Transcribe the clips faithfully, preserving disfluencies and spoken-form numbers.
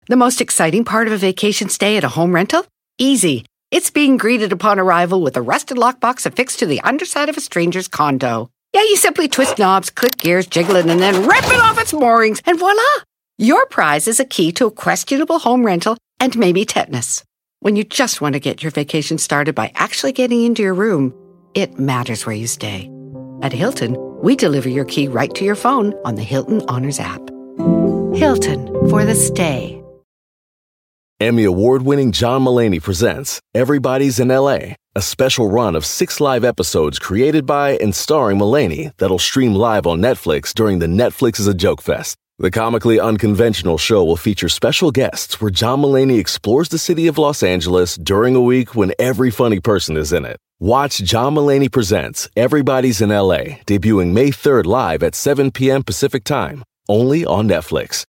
The most exciting part of a vacation stay at a home rental? Easy. It's being greeted upon arrival with a rusted lockbox affixed to the underside of a stranger's condo. Yeah, you simply twist knobs, click gears, jiggle it, and then rip it off its moorings, and voila! Your prize is a key to a questionable home rental and maybe tetanus. When you just want to get your vacation started by actually getting into your room, it matters where you stay. At Hilton, we deliver your key right to your phone on the Hilton Honors app. Hilton, for the stay. Emmy award-winning John Mulaney presents Everybody's in L A, a special run of six live episodes created by and starring Mulaney that'll stream live on Netflix during the Netflix is a Joke Fest. The comically unconventional show will feature special guests where John Mulaney explores the city of Los Angeles during a week when every funny person is in it. Watch John Mulaney Presents Everybody's in L A, debuting May third live at seven p.m. Pacific Time, only on Netflix.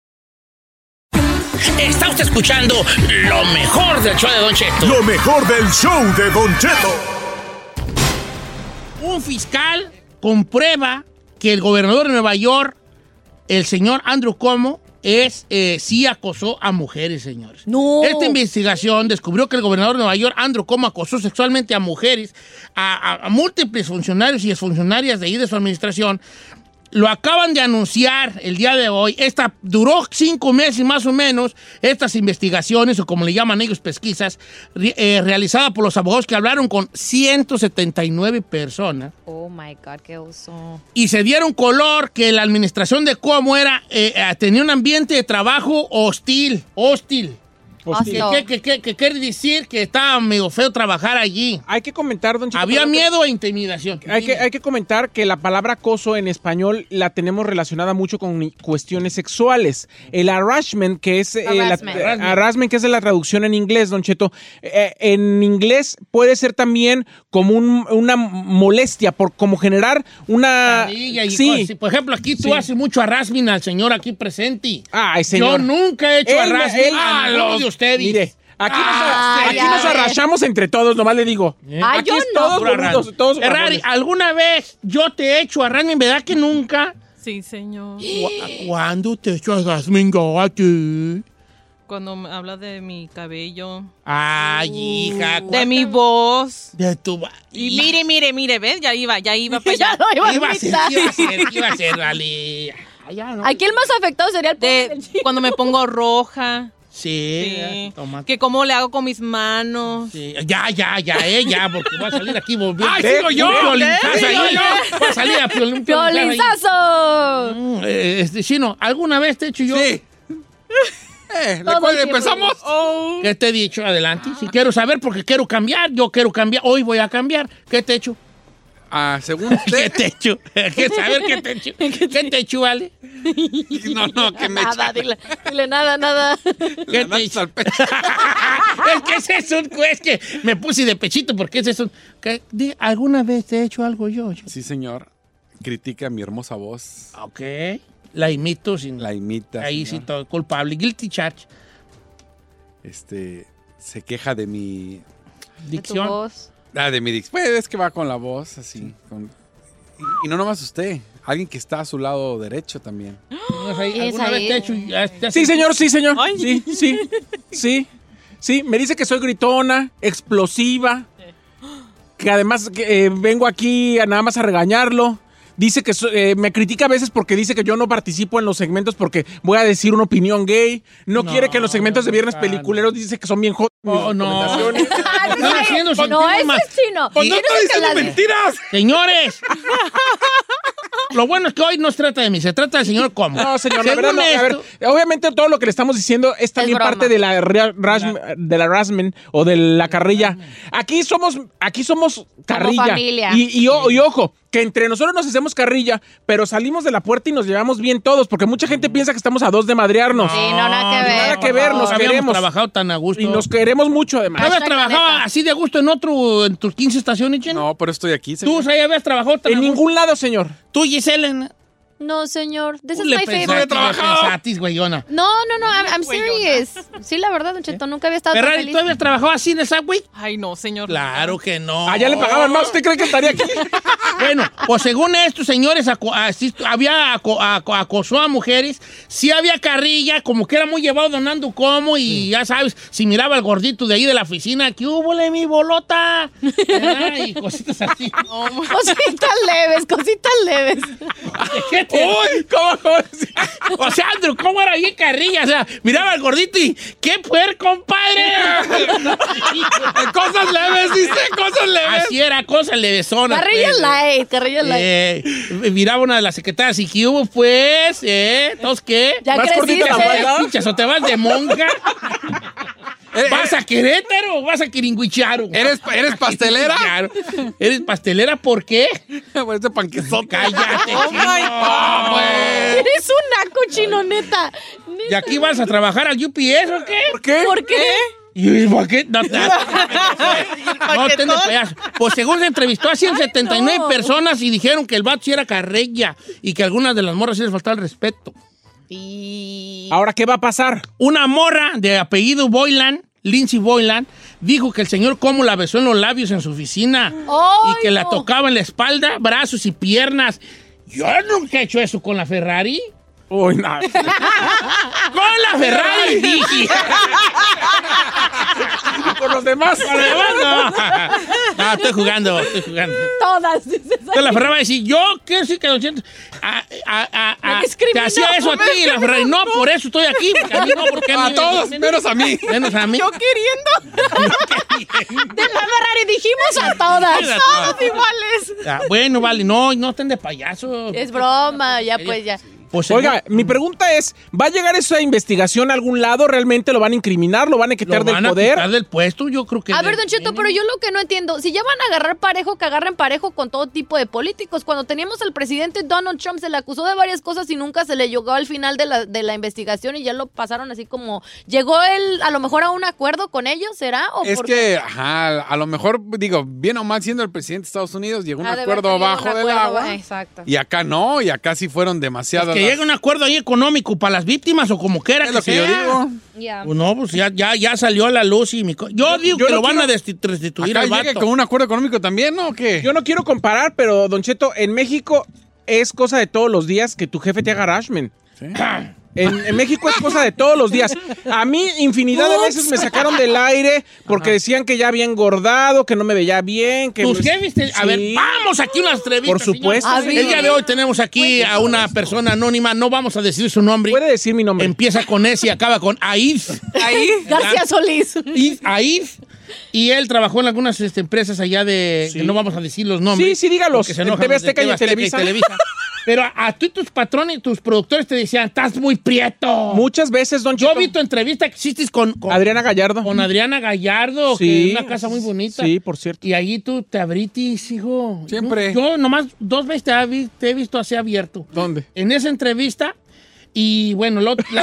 Está usted escuchando lo mejor del show de Don Cheto. Lo mejor del show de Don Cheto. Un fiscal comprueba que el gobernador de Nueva York, el señor Andrew Cuomo, es, eh, sí acosó a mujeres, señores. No. Esta investigación descubrió que el gobernador de Nueva York, Andrew Cuomo, acosó sexualmente a mujeres, a, a, a múltiples funcionarios y exfuncionarias de ahí de su administración. Lo acaban de anunciar el día de hoy. Esta duró cinco meses más o menos, estas investigaciones, o como le llaman ellos, pesquisas, eh, realizadas por los abogados que hablaron con ciento setenta y nueve personas. Oh, my God, qué oso. Y se dieron color que la administración de Cuomo era, eh, tenía un ambiente de trabajo hostil, hostil. Hostil. ¿Qué, qué, qué, qué quiere decir? Que estaba medio feo trabajar allí. Hay que comentar, don Cheto. Había miedo e intimidación. Hay que, hay que comentar que la palabra acoso en español la tenemos relacionada mucho con cuestiones sexuales. El harassment, que es, eh, Harassment. la, eh, harassment, que es la traducción en inglés, don Cheto, eh, en inglés puede ser también como un, una molestia, por como generar una... Carilla y sí. cosas. Por ejemplo, aquí tú Sí. haces mucho harassment al señor aquí presente. Ay, señor. Yo nunca he hecho Él- harassment él- a ah, ninguno los- de ustedes. Mire, aquí, Ah, nos, aquí ya nos ves. arrachamos entre todos, nomás le digo. Ah, Aquí yo es no. todos Pura bonitos, ran- todos Ferrari, rabones. ¿alguna vez yo te he hecho harassment? ¿Verdad que nunca? Sí, señor. ¿Cu- ¿Cuándo te he hecho harassment yo a ti? Cuando me habla de mi cabello, Ay, hija. de mi voz. De tu... Y mire, mire, mire, ¿ves? Ya iba, ya iba para Ya allá. lo iba a Iba a ser, gritar. iba a ser, iba a ser, dale. Ay, ya, ¿no? Aquí el más afectado sería el pobre De, del chico. cuando me pongo roja. Sí, Sí. toma. Que cómo le hago con mis manos. Sí, ya, ya, ya, eh, ya, porque voy a salir aquí volviendo. ¡Ay, sigo yo! Piolinzazo ¡Sigo ahí. yo! Voy a salir a piolín, piolinzazo ahí. ¡Piolinzazo! Mm, eh, Este, Chino, ¿alguna vez te he hecho yo? Sí. Eh, ¿de Todo cuál el tiempo. empezamos? Oh. ¿Qué te he dicho? Adelante. Si quiero saber porque quiero cambiar, yo quiero cambiar. Hoy voy a cambiar. ¿Qué te he hecho? Ah, según ¿Qué usted. te he hecho? ¿Qué saber qué te he hecho? ¿Qué te he hecho, vale? No, no, que me Nada, echa- dile, dile nada, nada. ¿Qué te he hecho? al pecho. Es que ese es un... Es que me puse de pechito porque ese es un... ¿Qué? Di, ¿alguna vez te he hecho algo yo? Sí, señor. Critica mi hermosa voz. Ok. La imito sin... La imita. Ahí sí, señor. todo culpable. Guilty charge. Este, se queja de mi... De tu Dicción. voz. Ah, de mi dic- Pues es que va con la voz, así. con- Y, y no nomás usted. Alguien que está a su lado derecho también. ¿Alguna Es vez ahí. te he hecho... ya- ya Sí, sé- señor, sí, señor. Ay. Sí, sí, sí. Sí, me dice que soy gritona, explosiva, que además que, eh, vengo aquí a nada más a regañarlo. Dice que so- eh, me critica a veces porque dice que yo no participo en los segmentos porque voy a decir una opinión gay. No, No, quiere que en los segmentos de viernes no. peliculeros dice que son bien hot. Oh, no. recomendaciones. Ah, Están sí. haciendo No, sentido ese más. es chino. Pues no Tienes estoy que diciendo las- mentiras. Señores, lo bueno es que hoy no se trata de mí, se trata del señor Cuomo. No, señor, la Según verdad, no, a ver, esto- obviamente todo lo que le estamos diciendo es también broma. parte de la rea- ras- de la harassment o de la carrilla. Aquí somos, aquí somos carrilla. familia. Y, y o- y ojo, que entre nosotros nos hacemos carrilla, pero salimos de la puerta y nos llevamos bien todos, porque mucha gente piensa que estamos a dos de madrearnos. Sí, no, nada que ver. Nada que ver, por nos favor. habíamos queremos. trabajado tan a gusto. Y nos queremos mucho, además. ¿No habías Hashtag la trabajado neta. así de gusto en otro, en tus quince estaciones, Chino? No, pero estoy aquí, ¿Tú, señor. o sea, ya habías trabajado tan En a gusto? ningún lado, señor. ¿Tú, Gisela? No, señor. This Tú is le my pensaste, favorite. le pensaste, güeyona. No, no, no, I'm, I'm serious. Sí, la verdad, Don Cheto, nunca había estado tan Ferrari, feliz. ¿tú habías trabajado así en el Subway? Ay, no, señor. Claro que no. Ah, ya le pagaban más. ¿Usted cree que estaría aquí? Bueno, pues según estos señores, aco- así- había aco- aco- acosó a mujeres, sí había carrilla, como que era muy llevado donando como, y ya sabes, si miraba al gordito de ahí de la oficina, ¿qué hubo, mi bolota? ¿verdad? Y cositas así. Cositas leves, cositas leves. ¿Qué te- Uy, ¿cómo, cómo? O sea, Andrew, ¿cómo era bien carrilla? O sea, miraba al gordito y ¡qué puer, compadre! Cosas leves, dice, cosas leves. Así era, cosa levesona. Carrillo pues. light, carrillo light. Eh, miraba una de las secretarias y ¿qué hubo, pues? ¿Eh? ¿Entonces qué? Ya ¿Más cortita la creciste. falda? ¿Pinchas o te vas de monja? ¿Vas a Querétaro o vas a Quiringuicharo? ¿Eres, ¿Eres pastelera? Claro. ¿Eres pastelera por qué? Este panquezón. Cállate. Oh, my chino. God. Eres una cochinoneta. ¿Y aquí vas a trabajar al U P S o qué? ¿Por qué? ¿Por qué? ¿Y por qué? No, no, no, ten de payaso. Pues según se entrevistó a ciento setenta y nueve no. personas y dijeron que el vato sí era carrilla y que a algunas de las morras sí les faltaba el respeto. Y... Ahora, ¿qué va a pasar? Una morra de apellido Boylan, Lindsay Boylan, dijo que el señor cómo la besó en los labios en su oficina ¡Ay, y que la no! tocaba en la espalda, brazos y piernas. Yo nunca he hecho eso con la Ferrari. Uy, no. ¡Con la Ferrari! dije. Por los demás. Con la demás, no. No, estoy jugando, estoy jugando. Todas. dices, Entonces la Ferrari va a decir, yo quiero decir que Don Cheto a, a, a, a- Me discriminó. te hacía eso a ti y la Ferrari. No, por eso estoy aquí. Porque a mí no, porque a, A mí todos, menos a mí. Menos a mí. Yo queriendo. De la Ferrari dijimos a todas. Mira, Todos iguales. Ah, bueno, vale, no, no estén de payaso. Es broma, ya pues ya. Pues, Oiga, mi pregunta es, ¿va a llegar esa investigación a algún lado? ¿Realmente lo van a incriminar? ¿Lo van a quitar lo del van a poder? quitar del puesto, yo creo que... A ver, Don Cheto, pero yo lo que no entiendo, si ya van a agarrar parejo, que agarren parejo con todo tipo de políticos. Cuando teníamos al presidente Donald Trump, se le acusó de varias cosas y nunca se le llegó al final de la, de la investigación y ya lo pasaron así como... ¿Llegó él a lo mejor a un acuerdo con ellos, será? ¿O Es por que, qué? ajá, a lo mejor, digo, bien o mal siendo el presidente de Estados Unidos, llegó un Ha de haber acuerdo tenido un abajo del acuerdo, agua. Exacto. Y acá no, y acá sí fueron demasiadas. Que las- llegue un acuerdo ahí económico para las víctimas o como quiera Es que lo que sea. yo digo. Ya. Pues no, pues ya, ya, ya salió a la luz y mi... co- Yo digo yo que no lo van quiero- a desti- restituir Acá al llegue vato. con un acuerdo económico también, ¿no? ¿O qué? Yo no quiero comparar, pero, Don Cheto, en México es cosa de todos los días que tu jefe te haga harassment. En, en México es cosa de todos los días. A mí, infinidad de veces me sacaron del aire porque decían que ya había engordado, que no me veía bien. Que Tus me- jefes, te- a Sí. ver, vamos aquí a una entrevista. Por supuesto, señor. señor. El día de hoy tenemos aquí a una persona anónima, no vamos a decir su nombre. Puede decir mi nombre. Empieza con S y acaba con Aif. Ahí. García Solís. Aif, Aif. Y él trabajó en algunas este, empresas allá de... Sí. que no vamos a decir los nombres. Sí, sí, dígalos. porque se En enojan T V los de Azteca y en Televisa. Pero a, a tú y tus patrones, tus productores te decían, estás muy prieto. Muchas veces, Don Yo Cheto. vi tu entrevista que hiciste con, con, Adriana Gallardo. con Adriana Gallardo, Sí. que es una casa muy bonita. Sí, por cierto. Y allí tú te abritis, hijo. Siempre. Yo, yo nomás dos veces te, he- te he visto así abierto. ¿Dónde? En esa entrevista. Y bueno, lo, la-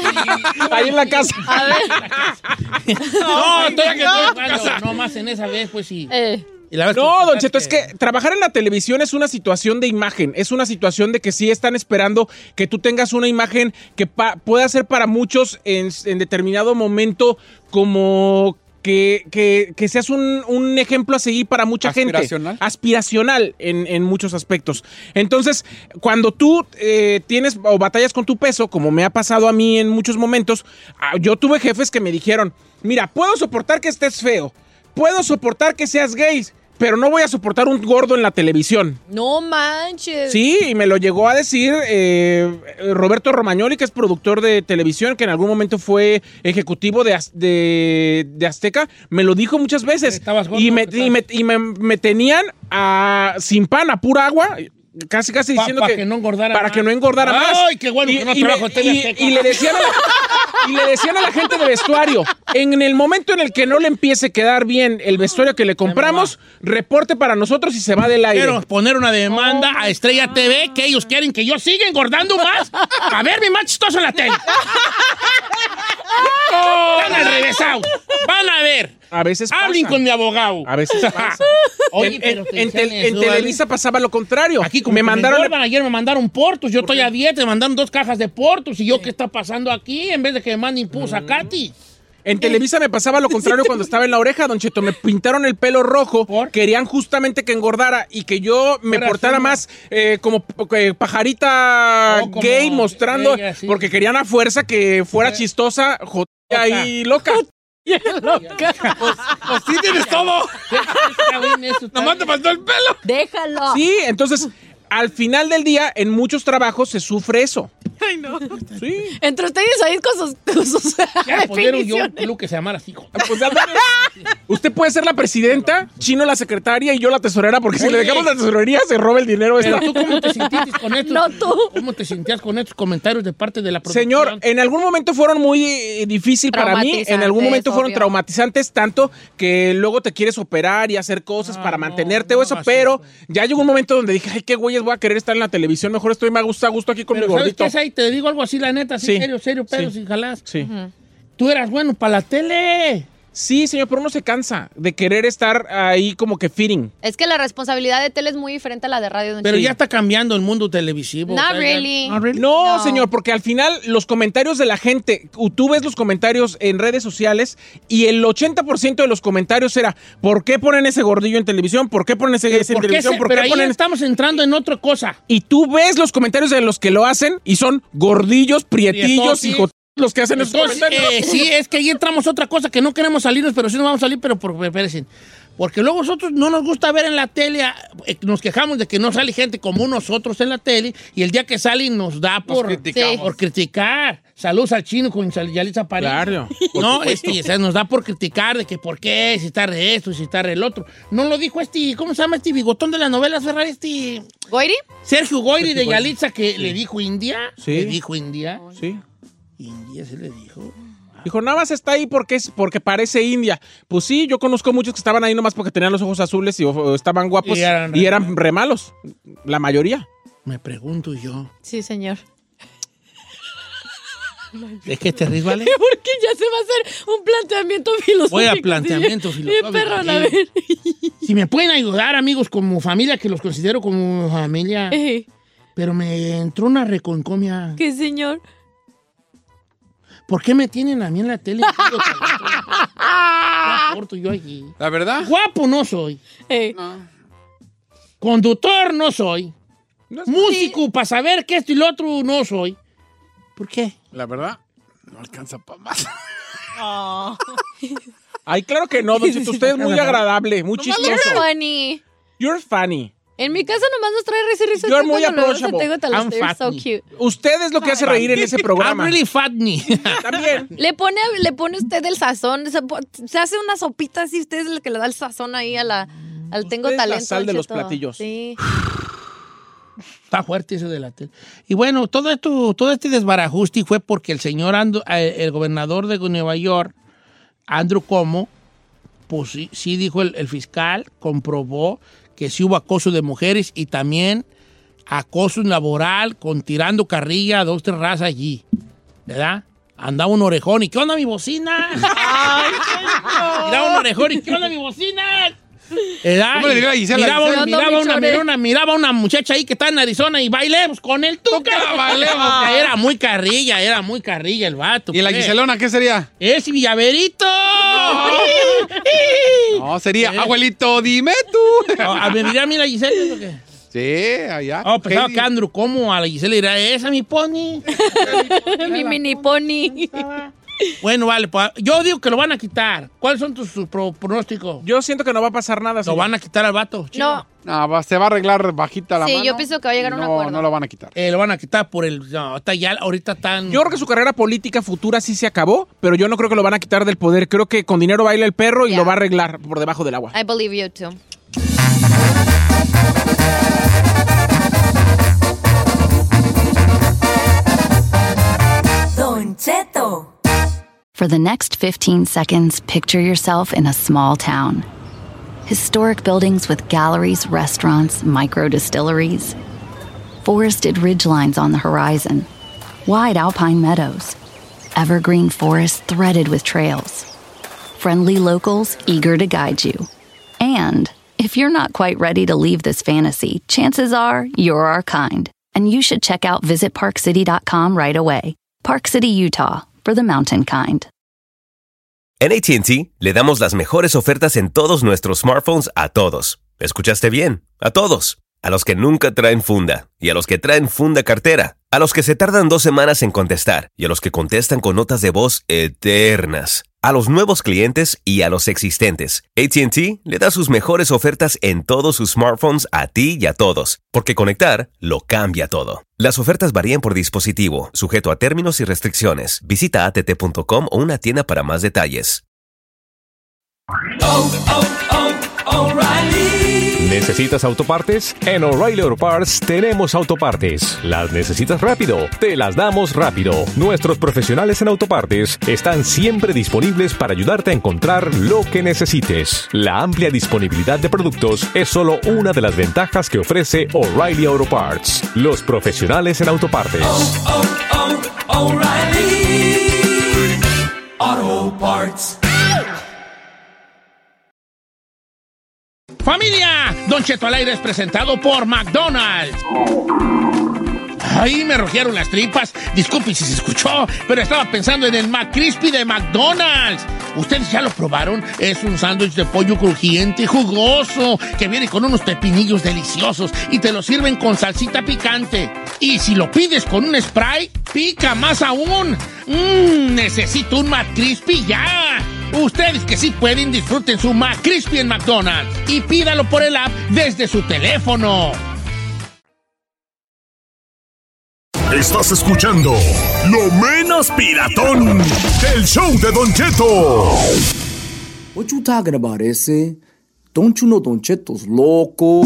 Ahí en la casa. A ver. no, estoy aquí, estoy jugando. No más en esa vez, pues sí. Eh, Y la vez No, que- Don Cheto, es que trabajar en la televisión es una situación de imagen, es una situación de que sí están esperando que tú tengas una imagen que pa- pueda ser para muchos en, en determinado momento como que, que, que seas un, un ejemplo a seguir para mucha gente. Aspiracional. Aspiracional en, en muchos aspectos. Entonces, cuando tú eh, tienes o batallas con tu peso, como me ha pasado a mí en muchos momentos, ah, yo tuve jefes que me dijeron, mira, puedo soportar que estés feo, puedo soportar que seas gay, pero no voy a soportar un gordo en la televisión. no manches. Sí, y me lo llegó a decir eh, Roberto Romagnoli, que es productor de televisión, que en algún momento fue ejecutivo de, Az- de, de Azteca. Me lo dijo muchas veces. Estabas gordo, Y me, estabas- y me, y me- me tenían a, sin pan, a pura agua. Casi, casi Pa- diciendo pa que... que no engordara Para más. que no engordara más. Ay, qué bueno que no me- trabajo en T V y- Azteca. y le decían a la, y le decían a la gente de vestuario, en el momento en el que no le empiece a quedar bien el vestuario que le compramos, reporte para nosotros y se va del aire. Quiero poner una demanda a Estrella T V que ellos quieren que yo siga engordando más a ver mi más chistoso en la tele. Van al revésado. Van a ver. A veces pasa. Hablen con mi abogado. A veces pasa. Oye, en, pero en- te en decían tel- en eso, Televisa pasaba lo contrario. Aquí como me que mandaron engordan, ayer me mandaron portos, yo estoy a dieta, me mandaron dos cajas de portos y yo qué está pasando aquí en vez de que me manden impulso a Katy. En Televisa me pasaba lo contrario cuando estaba en la oreja, Don Cheto. Me pintaron el pelo rojo. ¿Por? Querían justamente que engordara y que yo me Ahora portara sí. más eh, como eh, pajarita Oh, como gay, mostrando. ella, sí. Porque querían a fuerza que fuera chistosa, jodida y loca. Pues sí tienes todo. Está bien eso, está Nomás te bien. faltó el pelo. Déjalo. Sí, entonces, al final del día, en muchos trabajos se sufre eso. Ay, no. Sí. Entre ustedes ahí con sus, con sus Ya poner yo definiciones. lo que se llamara así, hijo. Pues, ándale. Usted puede ser la presidenta, Chino la secretaria y yo la tesorera, porque si Oye. le dejamos la tesorería se roba el dinero. Pero esta. tú, ¿cómo te sentiste con estos? No, tú. ¿Cómo te sentías con estos comentarios de parte de la producción? Señor, en algún momento fueron muy eh, difícil para mí, en algún Traumatizantes, momento fueron obvio. traumatizantes tanto que luego te quieres operar y hacer cosas Ah, para no, mantenerte no, o eso, así pero fue. ya llegó un momento donde dije, ay, qué güeyes voy a querer estar en la televisión, mejor estoy más a gusto, a gusto aquí con Pero mi ¿sabes gordito. qué es ahí? Te digo algo así, la neta, así, Sí. serio, serio, pero Sí. sin jalás. Sí. Tú eras bueno para la tele. Sí, señor, pero uno se cansa de querer estar ahí como que fitting. Es que la responsabilidad de tele es muy diferente a la de radio. Don Pero Cheto. ya está cambiando el mundo televisivo. Not O sea, ya- really. Not really. No, No. señor, porque al final los comentarios de la gente, tú ves los comentarios en redes sociales y el ochenta por ciento de los comentarios era, ¿por qué ponen ese gordillo en televisión? ¿Por qué ponen ese Pero, ese en ¿por qué televisión? se- ¿Por pero qué ahí ponen estamos entrando en otra cosa. Y tú ves los comentarios de los que lo hacen y son gordillos, prietillos Prietosis. y jotillos los que hacen esos Entonces, comentarios. eh, sí, es que ahí entramos otra cosa que no queremos salirnos, pero sí nos vamos a salir, pero por espérense. Porque luego nosotros no nos gusta ver en la tele, eh, nos quejamos de que no sale gente como nosotros en la tele y el día que salen nos da por, criticamos. por criticar. Saludos al chino con Yalitza París. Claro, por No, supuesto. este, o sea, nos da por criticar de que por qué, si está de esto, si está del otro. No lo dijo este, ¿cómo se llama este bigotón de las novelas, Ferrari? Este ¿Goiri? Sergio Goyri Sergio de Goyri. Yalitza que le dijo India. Sí. Le dijo India. Sí. India se le dijo. Dijo, nada más está ahí porque, es, porque parece India. Pues sí, yo conozco muchos que estaban ahí nomás porque tenían los ojos azules y o, estaban guapos Y y eran eran, re- re malos. La mayoría. Me pregunto yo. Sí, señor. ¿De qué te ríes, vale? Porque ya se va a hacer un planteamiento filosófico. Voy a planteamiento sí. filosófico. Bien, perrón, a Eh, ver. Si me pueden ayudar, amigos, como familia, que los considero como familia, Eh, pero me entró una reconcomia. ¿Qué, señor? ¿Por qué me tienen a mí en la tele? ¿Qué aporto yo allí? La verdad. Guapo no soy. Eh, No. Conductor no soy. No es- Músico para saber que esto y lo otro no soy. ¿Por qué? La verdad. No alcanza para más. Ay, claro que no, Don Cheto, usted es muy agradable, muy You're chistoso. funny. You're funny. En mi casa nomás nos trae risa y risa. You're Tú muy cuando lo ves, approachable. te digo, I'm te- You're so fatny. cute. Usted es lo que hace reír en ese I'm programa. really fatny. También. Le pone, le pone usted el sazón. Se, po- se hace una sopita así. Usted es el que le da el sazón ahí a la, al tengo Usted es la talento. sal de Don los Cheto. platillos. Sí. Está fuerte eso de la tele. Y bueno, todo esto, todo este desbarajuste fue porque el señor, Ando- eh, el gobernador de Nueva York, Andrew Cuomo, pues sí, sí dijo el, el fiscal, comprobó que sí hubo acoso de mujeres y también acoso laboral con tirando carrilla a dos, tres razas allí. ¿Verdad? Andaba un orejón y ¿qué onda mi bocina? Tiraba un orejón y ¿qué onda mi bocina? ¿Verdad? ¿Cómo le diría a Gisela? Miraba, Gisela, miraba no me una, chore. miraba, una, miraba una muchacha ahí que está en Arizona y bailemos con el tuca. bailemos. Era muy carrilla, era muy carrilla el vato. ¿Y la pues. Giselona qué sería? Es Villaverito. No, sería Eh. abuelito, dime tú. No, a ver, mira, mira, Gisela. ¿o qué? Sí, allá. Oh, pensaba Heidi. que Andrew, ¿cómo? A la Gisela dirá, esa mi pony. Mi mini pony. Bueno, vale, pues yo digo que lo van a quitar. ¿Cuáles son tus, tus pro- pronósticos? Yo siento que no va a pasar nada. Lo señor. van a quitar al vato. No, No, va- se va a arreglar bajita la Sí, mano. yo pienso que va a llegar a un no, acuerdo. No lo van a quitar. Eh, lo van a quitar por el... No, está ya, ahorita están... Yo creo que su carrera política futura sí se acabó, pero yo no creo que lo van a quitar del poder. Creo que con dinero baila el perro y Ya. lo va a arreglar por debajo del agua. I believe you too. Don Cheto. For the next fifteen seconds, picture yourself in a small town. Historic buildings with galleries, restaurants, micro distilleries. Forested ridgelines on the horizon. Wide alpine meadows. Evergreen forests threaded with trails. Friendly locals eager to guide you. And If you're not quite ready to leave this fantasy, chances are you're our kind. And you should check out visit park city dot com right away. Park City, Utah, for the mountain kind. En A T and T le damos las mejores ofertas en todos nuestros smartphones a todos. ¿Escuchaste bien? A todos. A los que nunca traen funda y a los que traen funda cartera. A los que se tardan dos semanas en contestar y a los que contestan con notas de voz eternas. A los nuevos clientes y a los existentes. A T and T le da sus mejores ofertas en todos sus smartphones a ti y a todos. Porque conectar lo cambia todo. Las ofertas varían por dispositivo, sujeto a términos y restricciones. Visita A T T punto com o una tienda para más detalles. Oh, oh, oh, O'Reilly. ¿Necesitas autopartes? En O'Reilly Auto Parts tenemos autopartes. ¿Las necesitas rápido? Te las damos rápido. Nuestros profesionales en autopartes están siempre disponibles para ayudarte a encontrar lo que necesites. La amplia disponibilidad de productos es solo una de las ventajas que ofrece O'Reilly Auto Parts. Los profesionales en autopartes. Oh, oh, oh, O'Reilly Auto Parts. ¡Familia! Don Cheto al aire es presentado por McDonald's. Ay, me rugieron las tripas. Disculpe si se escuchó, pero estaba pensando en el McCrispy de McDonald's. ¿Ustedes ya lo probaron? Es un sándwich de pollo crujiente, jugoso, que viene con unos pepinillos deliciosos y te lo sirven con salsita picante. Y si lo pides con un Sprite, pica más aún. Mmm, necesito un McCrispy ya. Ustedes que sí pueden, disfruten su McCrispy en McDonald's y pídalo por el app desde su teléfono. Estás escuchando Lo Menos Piratón, el show de Don Cheto. What you talking about, ese? Don't you know Don Cheto's loco?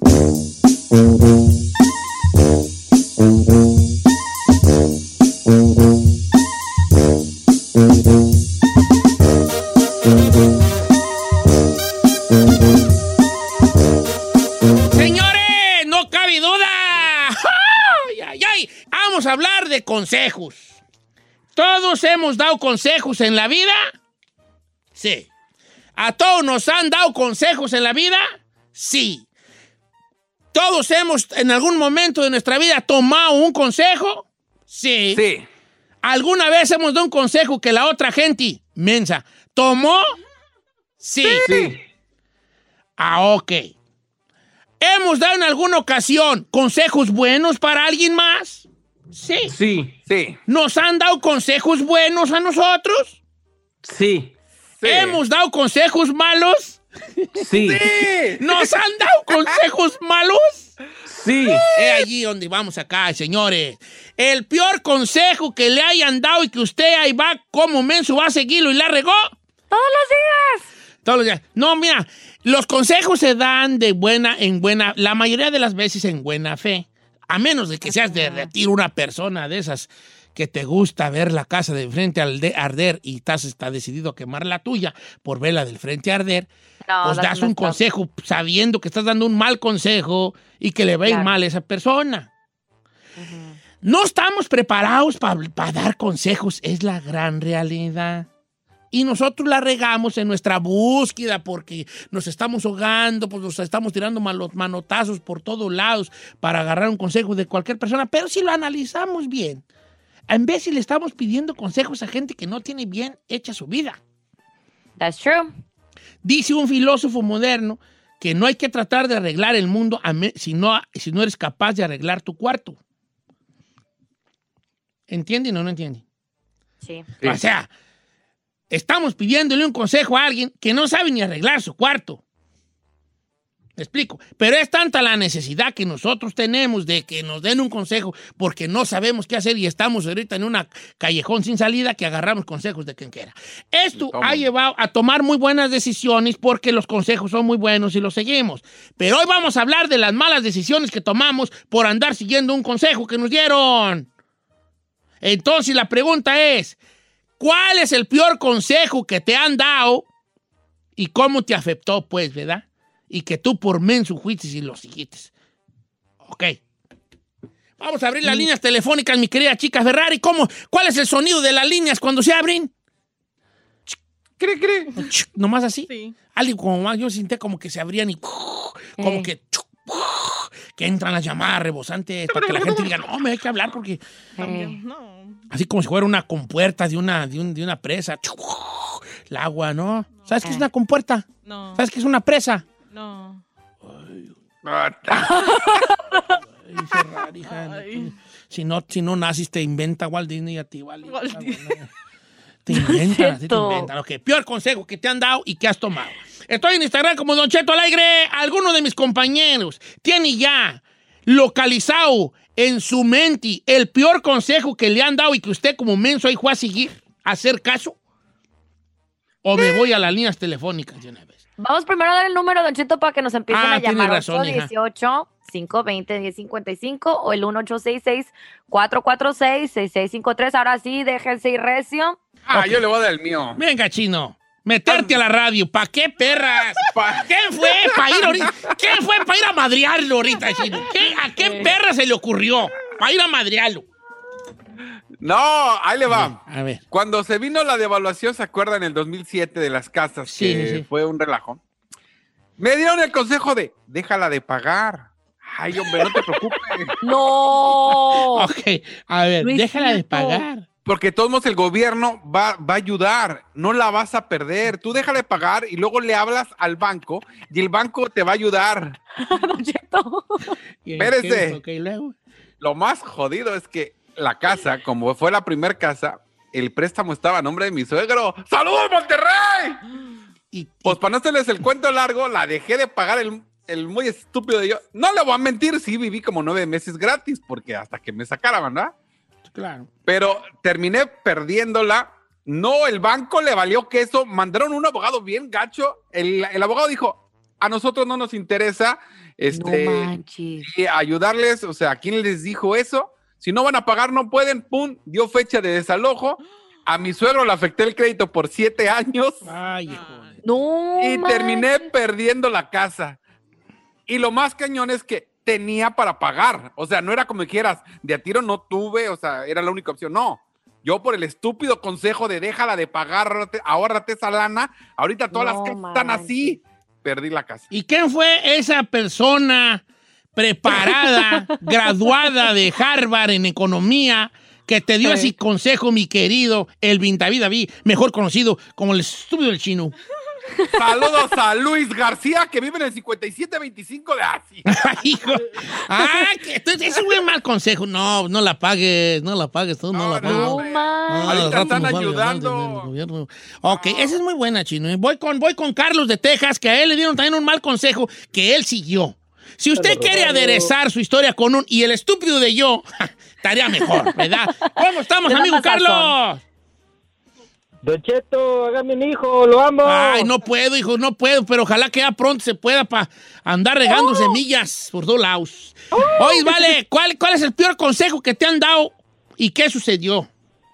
Señores, no cabe duda. ¡Ay, ay, ay! Vamos a hablar de consejos. ¿Todos hemos dado consejos en la vida? Sí. ¿A todos nos han dado consejos en la vida? Sí. ¿Todos hemos en algún momento de nuestra vida tomado un consejo? Sí. Sí. ¿Alguna vez hemos dado un consejo que la otra gente, mensa, tomó? Sí. Sí. Ah, ok. ¿Hemos dado en alguna ocasión consejos buenos para alguien más? Sí. Sí, sí. ¿Nos han dado consejos buenos a nosotros? Sí. Sí. ¿Hemos dado consejos malos? Sí. Sí. ¿Nos han dado consejos malos? Sí. Es allí donde vamos acá, señores. El peor consejo que le hayan dado y que usted ahí va como menso va a seguirlo y la regó. Todos los días. Todos los días. No, mira, los consejos se dan de buena en buena, la mayoría de las veces en buena fe. A menos de que seas de retiro una persona de esas que te gusta ver la casa de frente al de arder y estás está decidido a quemar la tuya por verla del frente a arder, No, pues das un consejo sabiendo que estás dando un mal consejo y que le va a ir Claro. mal a esa persona. No estamos preparados para pa dar consejos, es la gran realidad. Y nosotros la regamos en nuestra búsqueda porque nos estamos ahogando, pues nos estamos tirando malos manotazos por todos lados para agarrar un consejo de cualquier persona. Pero si lo analizamos bien, en vez si le estamos pidiendo consejos a gente que no tiene bien hecha su vida. That's true. Dice un filósofo moderno que no hay que tratar de arreglar el mundo a me- si, no, si no eres capaz de arreglar tu cuarto. ¿Entienden o no entienden? Sí. Sí. O sea, estamos pidiéndole un consejo a alguien que no sabe ni arreglar su cuarto. Me explico. Pero es tanta la necesidad que nosotros tenemos de que nos den un consejo porque no sabemos qué hacer y estamos ahorita en una callejón sin salida que agarramos consejos de quien quiera. Esto ha llevado a tomar muy buenas decisiones porque los consejos son muy buenos y los seguimos. Pero hoy vamos a hablar de las malas decisiones que tomamos por andar siguiendo un consejo que nos dieron. Entonces la pregunta es, ¿cuál es el peor consejo que te han dado y cómo te afectó, pues, verdad? Y que tú por menso fuiste y lo siguiste. Ok. Vamos a abrir las líneas telefónicas, mi querida chica Ferrari. ¿Cómo? ¿Cuál es el sonido de las líneas cuando se abren? ¿Cree, cree? Nomás así. Sí. Algo como más, yo sentía como que se abrían y como Eh. que que entran las llamadas rebosantes para que la gente diga, no, me hay que hablar porque Eh. No. así como si fuera una compuerta de una, de un- de una presa. El agua, ¿no? ¿Sabes qué es una compuerta? No. ¿Sabes qué es una presa? No. Ay, Ferrari, hija, Ay. Si no, si no naces, te inventa Walt Disney a ti, ¿vale? Walt Disney. Te inventan, así te cierto. inventan. Ok, peor consejo que te han dado y que has tomado. Estoy en Instagram como Don Cheto al aire. Alguno de mis compañeros tiene ya localizado en su mente el peor consejo que le han dado y que usted como menso ahí fue a seguir, a hacer caso. ¿O me voy a las líneas telefónicas de una vez? Vamos primero a dar el número, Don Cheto, para que nos empiecen Ah, a tiene llamar. razón, hija. ocho dieciocho, cinco veinte, diez cincuenta y cinco o el uno ocho seis seis, cuatro cuatro seis, seis seis cinco tres. Ahora sí, déjense ir recio. Ah, yo le voy a dar el mío. Venga, chino. Meterte a la radio. ¿Para qué, perras? ¿Quién fue para ir ahorita? ¿Quién fue para ir a madrearlo ahorita, chino? ¿Qué- ¿A qué perra se le ocurrió para ir a madrearlo? No, ahí le va. A ver. Cuando se vino la devaluación, ¿se acuerdan? En el dos mil siete de las casas, Sí, que sí, sí. fue un relajo. Me dieron el consejo de, déjala de pagar. Ay, hombre, no te preocupes. ¡No! Ok, a ver, No es déjala de cierto. pagar. Porque de todos modos el gobierno va, va a ayudar, no la vas a perder. Tú déjala de pagar y luego le hablas al banco y el banco te va a ayudar. Don Cheto. Y- Espérese. Ok, luego. Lo más jodido es que la casa, como fue la primera casa, el préstamo estaba a nombre de mi suegro. ¡Saludos, Monterrey! Y, Pues para no hacerles el cuento largo, la dejé de pagar el, el muy estúpido de yo. No le voy a mentir, sí viví como nueve meses gratis, porque hasta que me sacaran, ¿verdad? Claro. Pero terminé perdiéndola. No, el banco le valió queso. Mandaron un abogado bien gacho. El, el abogado dijo, a nosotros no nos interesa este, No manches. y ayudarles. O sea, ¿quién les dijo eso? Si no van a pagar, no pueden. Pum, dio fecha de desalojo. A mi suegro le afecté el crédito por siete años. Ay, hijo. No Y manches. terminé perdiendo la casa. Y lo más cañón es que tenía para pagar. O sea, no era como quieras, de a tiro no tuve, o sea, era la única opción. No. Yo por el estúpido consejo de déjala de pagar, ahórrate esa lana, ahorita todas No las casas están manches. así, perdí la casa. ¿Y quién fue esa persona preparada, graduada de Harvard en economía, que te dio ese consejo, mi querido Elvin David David, mejor conocido como el estúpido del chino? Saludos a Luis García, que vive en el cincuenta y siete veinticinco de Asia. Hijo. Ah, que entonces es un buen mal consejo. No, no la pagues, no la pagues, tú no, No, la pagues. no, No hombre. manches. Ah, al Ahorita rato están nos va a regalar ayudando. dinero el gobierno. Ok, esa es muy buena, chino. Voy con, voy con Carlos de Texas, que a él le dieron también un mal consejo que él siguió. Si usted quiere aderezar su historia con un y el estúpido de yo, estaría mejor, ¿verdad? ¿Cómo estamos, Le da amigo más sazón. Carlos? Don Cheto, hágame un hijo, lo amo. Ay, no puedo, hijo, no puedo, pero ojalá que ya pronto se pueda para andar regando semillas por todos lados. Oye, vale, ¿cuál, ¿cuál es el peor consejo que te han dado y qué sucedió?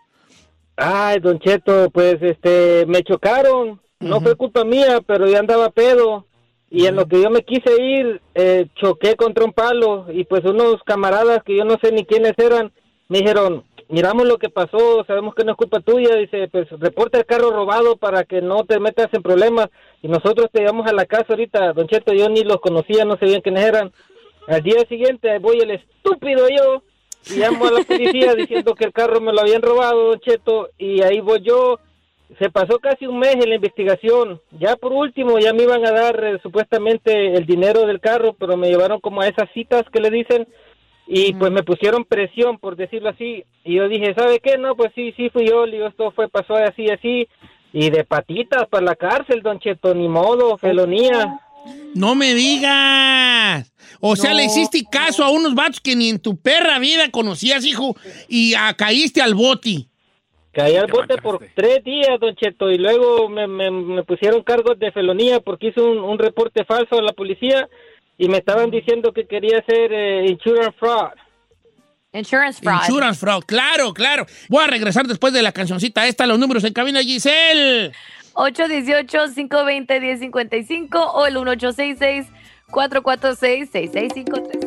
Ay, Don Cheto, pues este, me chocaron. No fue culpa mía, pero yo andaba pedo. Y en lo que yo me quise ir, eh, choqué contra un palo. Y pues unos camaradas que yo no sé ni quiénes eran, me dijeron, miramos lo que pasó, sabemos que no es culpa tuya. Dice, pues reporta el carro robado para que no te metas en problemas. Y nosotros te llevamos a la casa ahorita. Don Cheto, yo ni los conocía, no sabían quiénes eran. Al día siguiente voy el estúpido yo y llamo a la policía diciendo que el carro me lo habían robado, Don Cheto, y ahí voy yo. Se pasó casi un mes en la investigación. Ya por último, ya me iban a dar eh, supuestamente el dinero del carro, pero me llevaron como a esas citas que le dicen y pues me pusieron presión, por decirlo así. Y yo dije, ¿sabe qué? No, pues sí, sí fui yo. Le digo, esto fue, pasó así, así. Y de patitas para la cárcel, Don Cheto, ni modo, felonía. No me digas. O sea, No. le hiciste caso a unos vatos que ni en tu perra vida conocías, hijo, y ah, caíste al boti. Caí al bote por tres días, Don Cheto, y luego me, me, me pusieron cargos de felonía porque hice un, un reporte falso a la policía y me estaban diciendo que quería hacer eh, insurance fraud. Insurance fraud. Insurance fraud, claro, claro. Voy a regresar después de la cancioncita esta, los números en cabina, Giselle. ocho uno ocho, cinco dos cero, uno cero cinco cinco o el uno ocho seis seis, cuatro cuatro seis, seis seis cinco tres.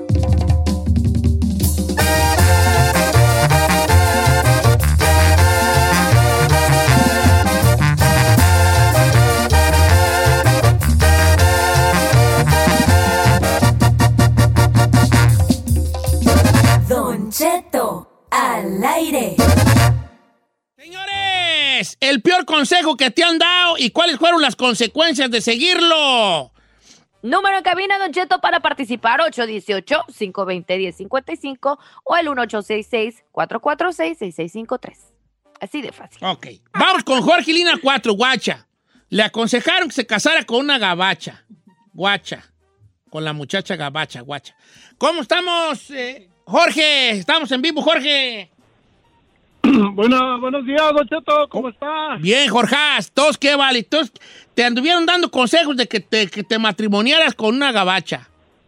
consejo que te han dado y cuáles fueron las consecuencias de seguirlo? Número en cabina, Don Cheto, para participar, ocho uno ocho, cinco dos cero, uno cero cinco cinco o el uno ocho seis seis, cuatro cuatro seis, seis seis cinco tres. Así de fácil. Ok. Vamos con Jorge Lina cuatro, guacha. Le aconsejaron que se casara con una gabacha. Guacha. Con la muchacha gabacha, guacha. ¿Cómo estamos, eh, Jorge? Estamos en vivo, Jorge. Bueno, buenos días, Don Cheto, ¿cómo está? Bien, Jorge, ¿todos qué vale? Todos te anduvieron dando consejos de que te, que te matrimoniaras con una gabacha.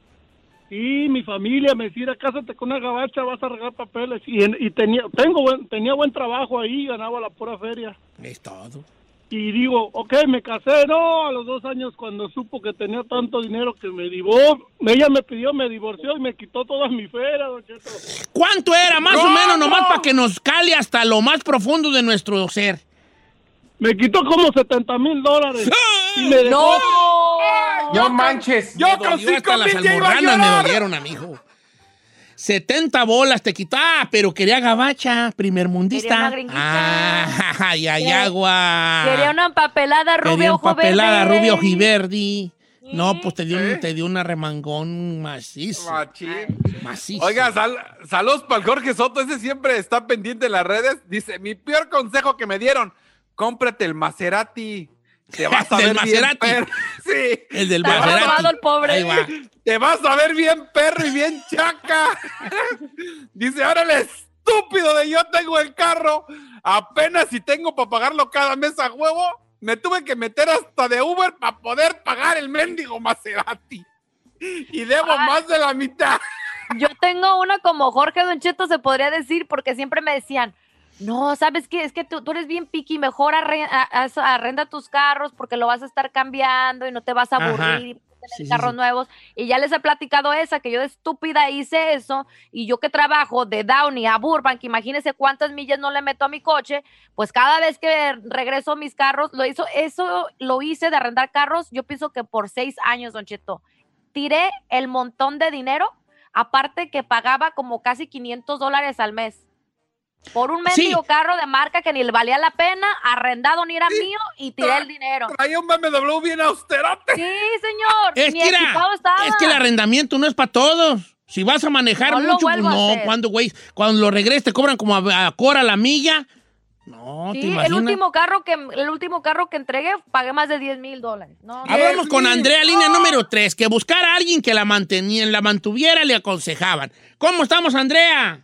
Sí, mi familia me decía, cásate con una gabacha, vas a arreglar papeles. Y, en- y tenía tengo buen, tenía buen trabajo ahí, ganaba la pura feria. Es todo. Y digo, ok, me casé, no, a los dos años cuando supo que tenía tanto dinero que me divorció, ella me pidió, me divorció y me quitó toda mi feria, Don Cheto. ¿Cuánto era, más No, o menos, nomás no. para que nos cale hasta lo más profundo de nuestro ser? Me quitó como setenta mil dólares. Y me dejó... No manches. Yo Me con dolió cinco hasta las mil ya iba a almorranas me llorar. dolieron, amigo. setenta bolas te quitó. Ah, pero quería gabacha, primer mundista. Quería una gringuita. Ah, ay, ay, Quería- agua. Quería una empapelada rubia, Quería ojo empapelada, verde. rubio ojiverdi. No, pues te dio, un, te dio una remangón macizo. Machín. Macizo. Oiga, sal- saludos para el Jorge Soto, ese siempre está pendiente en las redes. Dice, mi peor consejo que me dieron, cómprate el Maserati. Te vas a ¿Del ver bien Maserati? perro. Sí. El del Te vas a- Maserati. el pobre. Ahí va. Te vas a ver bien perro y bien chaca. Dice, ahora el estúpido de yo tengo el carro, apenas si tengo para pagarlo cada mes a huevo, me tuve que meter hasta de Uber para poder pagar el mendigo Maserati. Y debo más de la mitad. Yo tengo una como Jorge Don Cheto, se podría decir, porque siempre me decían, no, ¿sabes qué? Es que tú, tú eres bien piqui, mejor arre- a- a- arrenda tus carros porque lo vas a estar cambiando y no te vas a aburrir Ajá. y vas a tener Sí, sí, carros sí. nuevos. Y ya les he platicado esa, que yo de estúpida hice eso, y yo que trabajo de Downey a Burbank, imagínense cuántas millas no le meto a mi coche, pues cada vez que regreso a mis carros, lo hizo, eso lo hice de arrendar carros, yo pienso que por seis años, Don Cheto. Tiré el montón de dinero, aparte que pagaba como casi quinientos dólares al mes. Por un mendigo Sí. carro de marca que ni le valía la pena, arrendado ni era mío, y tiré el dinero. Traía un B M W bien austerote. Sí, señor. Es ni que, era- equipado estaba. es que el arrendamiento no es para todos. Si vas a manejar No lo mucho, pues vuelvo a no. hacer. Cuando, güey, cuando lo regreses te cobran como a, a Cora la milla. No, ¿te Sí, el imaginas? último carro que el último carro que entregué pagué más de diez mil dólares. No, Hablamos con Andrea, línea número tres, que buscar a alguien que la mantenía, la mantuviera, le aconsejaban. ¿Cómo estamos, Andrea?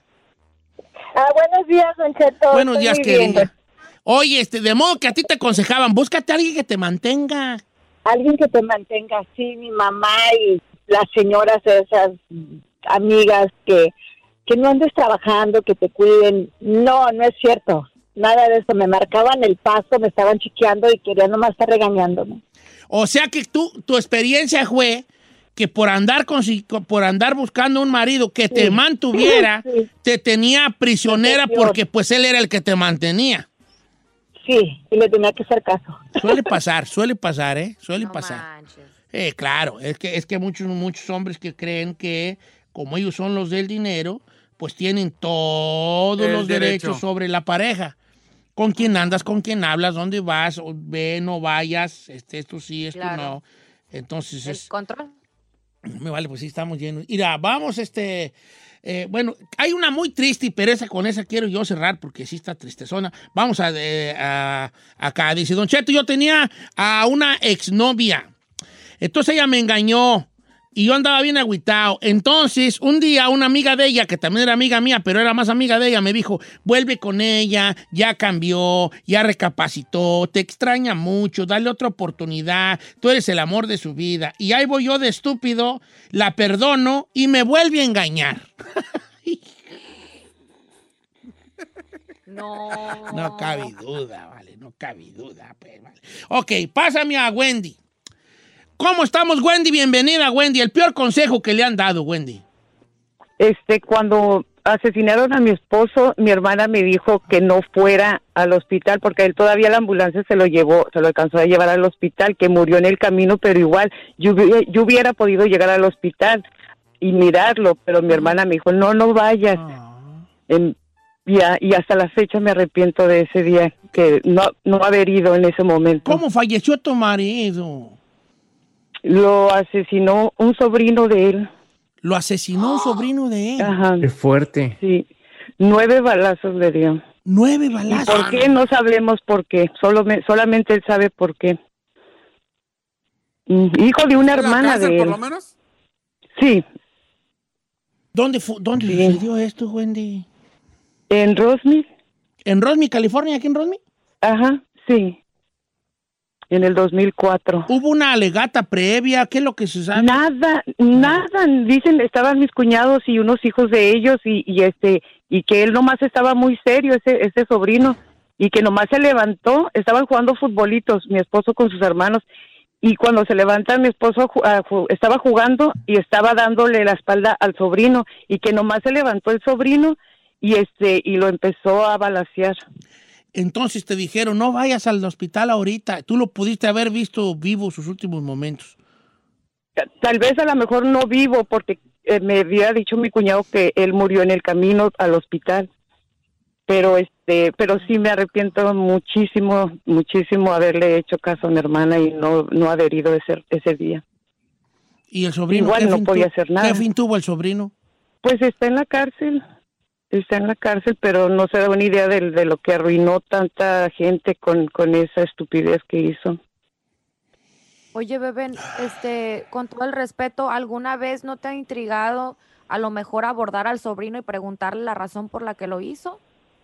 Ah, buenos días, Don Cheto. Buenos Estoy días, muy bien. querida. Oye, este, de modo que a ti te aconsejaban, búscate a alguien que te mantenga. Alguien que te mantenga, sí, mi mamá y las señoras esas amigas que, que no andes trabajando, que te cuiden. No, no es cierto. Nada de eso. Me marcaban el paso, me estaban chiqueando y querían nomás estar regañándome. O sea que tú, tu experiencia fue que por andar con, por andar buscando un marido que te Sí. mantuviera, Sí. te tenía prisionera Protección. porque pues él era el que te mantenía. Sí, y le tenía que hacer caso. Suele pasar, suele pasar, ¿eh? Suele no pasar. manches. Eh, claro, es que, es que muchos, muchos hombres que creen que como ellos son los del dinero, pues tienen todos El los derechos derecho. sobre la pareja. Con quién andas, con quién hablas, dónde vas, o ve, no vayas, este, esto sí, esto Claro. no. Entonces, El es, control. no me vale, pues sí, estamos llenos. Mira, vamos, este... eh, bueno, hay una muy triste, pero esa, con esa quiero yo cerrar porque sí está tristezona. Vamos a, eh, a- acá. Dice, Don Cheto, yo tenía a una exnovia. Entonces ella me engañó y yo andaba bien agüitado. Entonces, un día una amiga de ella, que también era amiga mía, pero era más amiga de ella, me dijo, vuelve con ella, ya cambió, ya recapacitó, te extraña mucho, dale otra oportunidad, tú eres el amor de su vida. Y ahí voy yo de estúpido, la perdono y me vuelve a engañar. No. No cabe duda, vale, no cabe duda. Pues, vale. Ok, pásame a Wendy. ¿Cómo estamos, Wendy? Bienvenida, Wendy. El peor consejo que le han dado, Wendy. Este, cuando asesinaron a mi esposo, mi hermana me dijo que no fuera al hospital porque él todavía la ambulancia se lo llevó, se lo alcanzó a llevar al hospital, que murió en el camino, pero igual yo, hubi- yo hubiera podido llegar al hospital y mirarlo, pero mi hermana me dijo, no, no vayas. Ah. Em, Y, a- y hasta la fecha me arrepiento de ese día, que no, no haber ido en ese momento. ¿Cómo falleció tu marido? Lo asesinó un sobrino de él. Lo asesinó un sobrino de él. Ajá. Qué fuerte. Sí, nueve balazos le dio. Nueve ¿Y balazos. por qué? No sabemos por qué. Solo me- solamente él sabe por qué. Mm, Hijo de una ¿En la hermana cárcel, de por él. lo menos? Sí, ¿Dónde, fu- dónde Sí. sucedió esto, Wendy? en Rosny. ¿En Rosny, California? ¿Aquí en Rosny? Ajá, sí. En el dos mil cuatro. ¿Hubo una alegata previa? ¿Qué es lo que se sabe? Nada, nada. Dicen, estaban mis cuñados y unos hijos de ellos y, y este y que él nomás estaba muy serio, ese ese sobrino, y que nomás se levantó. Estaban jugando futbolitos, mi esposo con sus hermanos, y cuando se levanta mi esposo ju- ah, ju- estaba jugando y estaba dándole la espalda al sobrino, y que nomás se levantó el sobrino y este y lo empezó a balacear. Entonces te dijeron, no vayas al hospital ahorita. Tú lo pudiste haber visto vivo sus últimos momentos. Tal vez a lo mejor no vivo, porque eh, me había dicho mi cuñado que él murió en el camino al hospital. Pero este, pero sí me arrepiento muchísimo, muchísimo haberle hecho caso a mi hermana y no, no haber ido ese, ese día. ¿Y el sobrino? Igual qué no fin podía tu- hacer nada. ¿Qué fin tuvo el sobrino? Pues está en la cárcel, está en la cárcel, pero no se da una idea de, de lo que arruinó tanta gente con, con esa estupidez que hizo. Oye, bebé, este, con todo el respeto, ¿alguna vez no te ha intrigado a lo mejor abordar al sobrino y preguntarle la razón por la que lo hizo?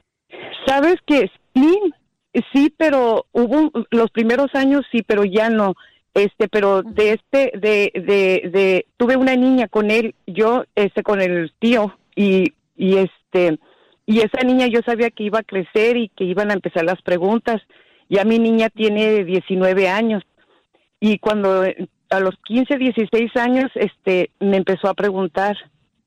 Sabes que sí, sí, pero hubo los primeros años sí, pero ya no. Este, pero de este, de, de, de, tuve una niña con él, yo, este, con el tío, y, y este, y esa niña yo sabía que iba a crecer y que iban a empezar las preguntas. Ya mi niña tiene diecinueve años, y cuando eh, a los quince, dieciséis años, este, me empezó a preguntar,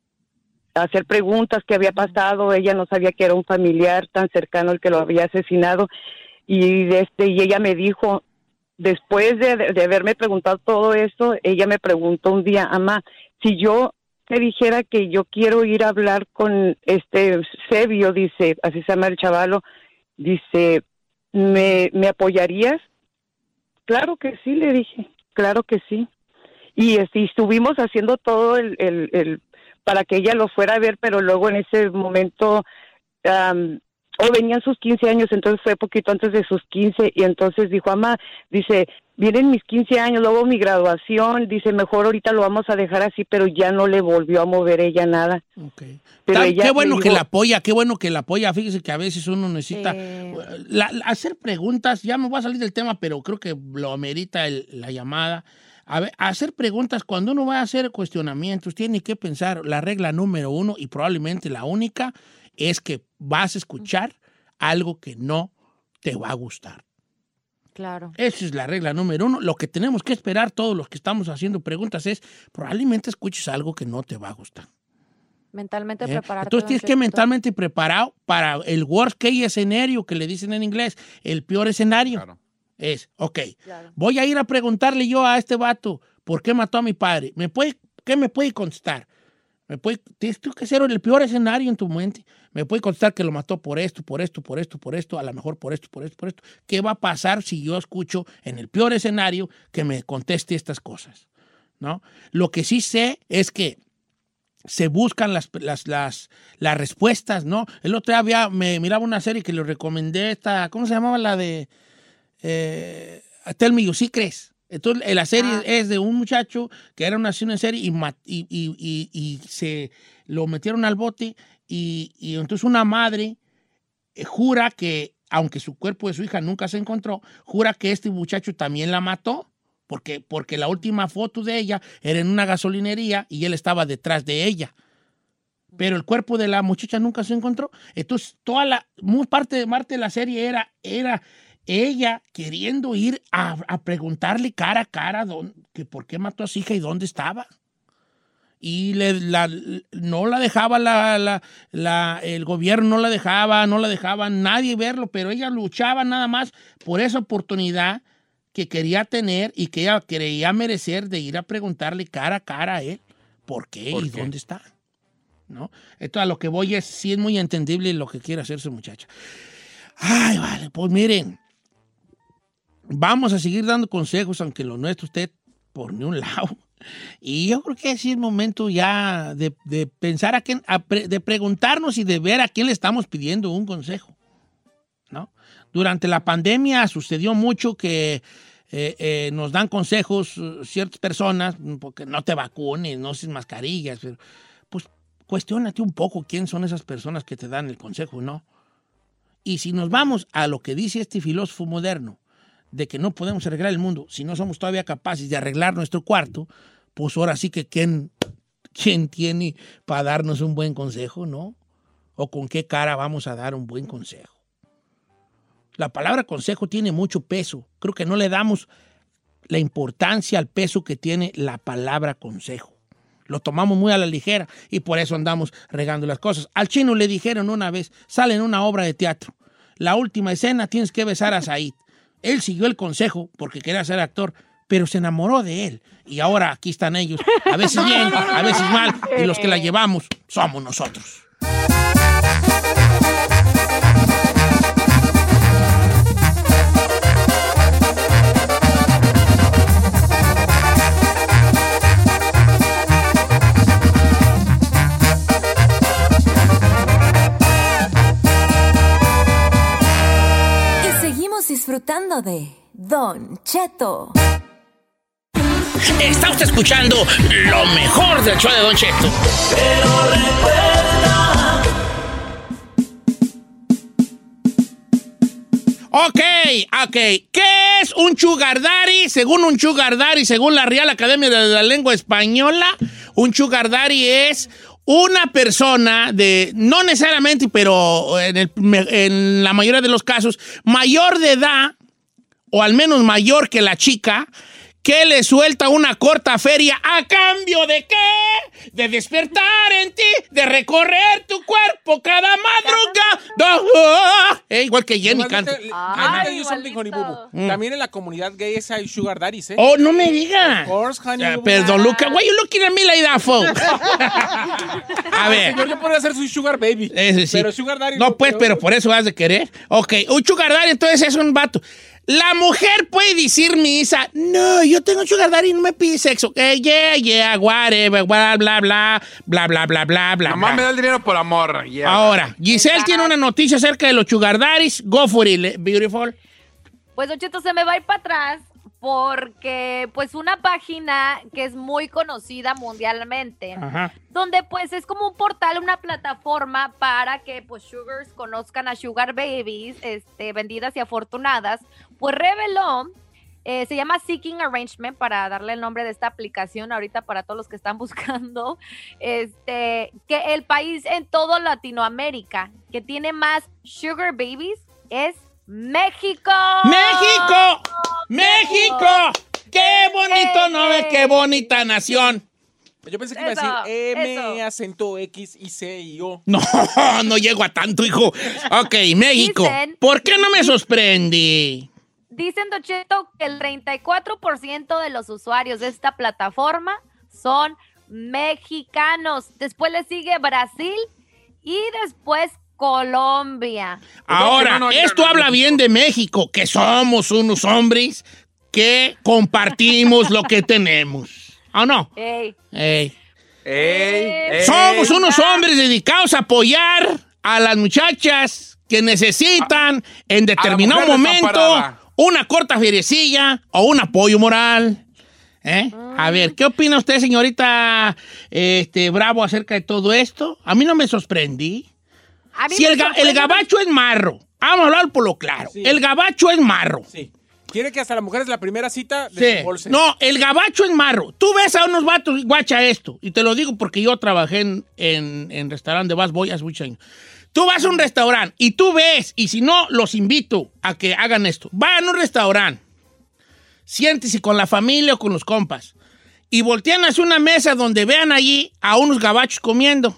a hacer preguntas, qué había pasado. Ella no sabía que era un familiar tan cercano el que lo había asesinado, y de este, y ella me dijo, después de, de haberme preguntado todo eso, ella me preguntó un día, mamá, si yo te dijera que yo quiero ir a hablar con este Sebio, dice, así se llama el chavalo, dice, ¿me, me apoyarías? Claro que sí, le dije, claro que sí. Y, este, y estuvimos haciendo todo el, el, el para que ella lo fuera a ver, pero luego en ese momento, um, o venían sus quince años, entonces fue poquito antes de sus quince, y entonces dijo, mamá, dice, vienen mis quince años, luego mi graduación, dice, mejor ahorita lo vamos a dejar así, pero ya no le volvió a mover ella nada. Okay. Pero Tan- ella qué bueno me que dijo- la apoya, qué bueno que la apoya. Fíjese que a veces uno necesita Eh, la- la- hacer preguntas. Ya me voy a salir del tema, pero creo que lo amerita el- la llamada. A ver, hacer preguntas, cuando uno va a hacer cuestionamientos, tiene que pensar, la regla número uno y probablemente la única, es que vas a escuchar algo que no te va a gustar. Claro. Esa es la regla número uno. Lo que tenemos que esperar todos los que estamos haciendo preguntas es, probablemente escuches algo que no te va a gustar. Mentalmente ¿eh? prepararte. Entonces don tienes que Cheto. mentalmente preparado para el worst case escenario, que le dicen en inglés, el peor escenario. Claro. Es, ok, Claro. voy a ir a preguntarle yo a este vato por qué mató a mi padre. ¿Me puede, ¿Qué me puede contestar? ¿Me puede, tienes tú que ser el peor escenario en tu mente. Me puede contestar que lo mató por esto, por esto, por esto, por esto, a lo mejor por esto, por esto, por esto. ¿Qué va a pasar si yo escucho en el peor escenario que me conteste estas cosas? ¿No? Lo que sí sé es que se buscan las, las, las, las respuestas, ¿no? El otro día había, me miraba una serie que le recomendé, esta, ¿cómo se llamaba la de eh, Tell Me You Secrets? Entonces, eh, la serie Ah. es de un muchacho que era una asesino en serie y, ma- y, y, y, y se lo metieron al bote y, y entonces una madre eh, jura que, aunque su cuerpo de su hija nunca se encontró, jura que este muchacho también la mató. Porque, porque la última foto de ella era en una gasolinería y él estaba detrás de ella. Pero el cuerpo de la muchacha nunca se encontró. Entonces, toda la muy parte de parte de la serie era, era ella queriendo ir a, a preguntarle cara a cara dónde, que por qué mató a su hija y dónde estaba. Y le, la, no la dejaba la, la, la, el gobierno, no la dejaba, no la dejaba nadie verlo, pero ella luchaba nada más por esa oportunidad que quería tener y que ella creía merecer de ir a preguntarle cara a cara a él por qué ¿Por y qué? dónde está. ¿no? Esto a lo que voy es, sí es muy entendible lo que quiere hacer su muchacha. Ay, vale, pues miren, vamos a seguir dando consejos, aunque lo nuestro esté por ni un lado. Y yo creo que sí es momento ya de, de pensar a quién, a pre, de preguntarnos y de ver a quién le estamos pidiendo un consejo, ¿no? Durante la pandemia sucedió mucho que eh, eh, nos dan consejos uh, ciertas personas, porque no te vacunes, no uses mascarillas, pero pues cuestiónate un poco quién son esas personas que te dan el consejo, ¿no? Y si nos vamos a lo que dice este filósofo moderno, de que no podemos arreglar el mundo si no somos todavía capaces de arreglar nuestro cuarto, pues ahora sí que quién, quién tiene para darnos un buen consejo, ¿no? O con qué cara vamos a dar un buen consejo. La palabra consejo tiene mucho peso. Creo que no le damos la importancia al peso que tiene la palabra consejo. Lo tomamos muy a la ligera y por eso andamos regando las cosas. Al chino le dijeron una vez, sale en una obra de teatro, la última escena tienes que besar a Said. Él siguió el consejo porque quería ser actor, pero se enamoró de él. Y ahora aquí están ellos, a veces bien, a veces mal, y los que la llevamos somos nosotros. Disfrutando de Don Cheto. Está usted escuchando lo mejor del show de Don Cheto. Pero recuerda. Ok, ok. ¿Qué es un sugar daddy? Según un sugar daddy, según la Real Academia de la Lengua Española, un sugar daddy es una persona de, no necesariamente, pero en, el, en la mayoría de los casos, mayor de edad, o al menos mayor que la chica, que le suelta una corta feria a cambio de qué? De despertar en ti, de recorrer tu cuerpo cada madrugada. Eh, igual que Jenny canta. Ay, mm. También en la comunidad gay es hay sugar daddies, ¿eh? Oh, no me digas. Of course, honey. Uh, perdón, Luca. Why you looking at me like that, folks? A ver. Señor, yo podría ser su sugar baby. Ese sí. Pero sugar daddy no, no, pues, pero por eso vas de querer. Ok, un sugar daddy entonces es un vato. La mujer puede decir, misa, no, yo tengo un sugar daddy y no me pide sexo. Eh, yeah, yeah, whatever, bla, bla, bla, bla, bla, bla, bla, bla. Mamá me da el dinero por amor. Yeah. Ahora, Giselle tiene una noticia acerca de los sugar daddies. Go for it, beautiful. Pues, Don Cheto, se me va a ir para atrás porque, pues, una página que es muy conocida mundialmente, Ajá. donde, pues, es como un portal, una plataforma para que, pues, sugars conozcan a sugar babies, este, vendidas y afortunadas, pues, reveló, eh, se llama Seeking Arrangement, para darle el nombre de esta aplicación ahorita para todos los que están buscando, este, que el país en todo Latinoamérica que tiene más sugar babies es México. ¡México! ¡México! ¡Qué bonito eh, nombre! ¡Qué bonita nación! Yo pensé que iba a decir M, acento X y C y O. No, no llego a tanto, hijo. Ok, México. Dicen, ¿Por qué no me sorprende? Dicen, Don Cheto, que el treinta y cuatro por ciento de los usuarios de esta plataforma son mexicanos. Después le sigue Brasil y después Colombia. Ahora, esto habla bien de México, que somos unos hombres que compartimos lo que tenemos. ¿O no? Ey. Ey. Ey, ey. Somos unos hombres dedicados a apoyar a las muchachas que necesitan a, en determinado momento una corta feriecilla o un apoyo moral. ¿Eh? Mm. A ver, ¿qué opina usted, señorita este, Bravo, acerca de todo esto? A mí no me sorprendí. Si el, ga, el gabacho es marro, vamos a hablar por lo claro. Sí. El gabacho es marro. Sí. Quiere que hasta la mujer es la primera cita de sí. su No, el gabacho es marro. Tú ves a unos vatos, guacha esto, y te lo digo porque yo trabajé en, en, en restaurante de Bass Boy hace muchos años. Tú vas a un restaurante y tú ves, y si no, los invito a que hagan esto. Vayan a un restaurante, siéntese con la familia o con los compas, y voltean hacia una mesa donde vean allí a unos gabachos comiendo.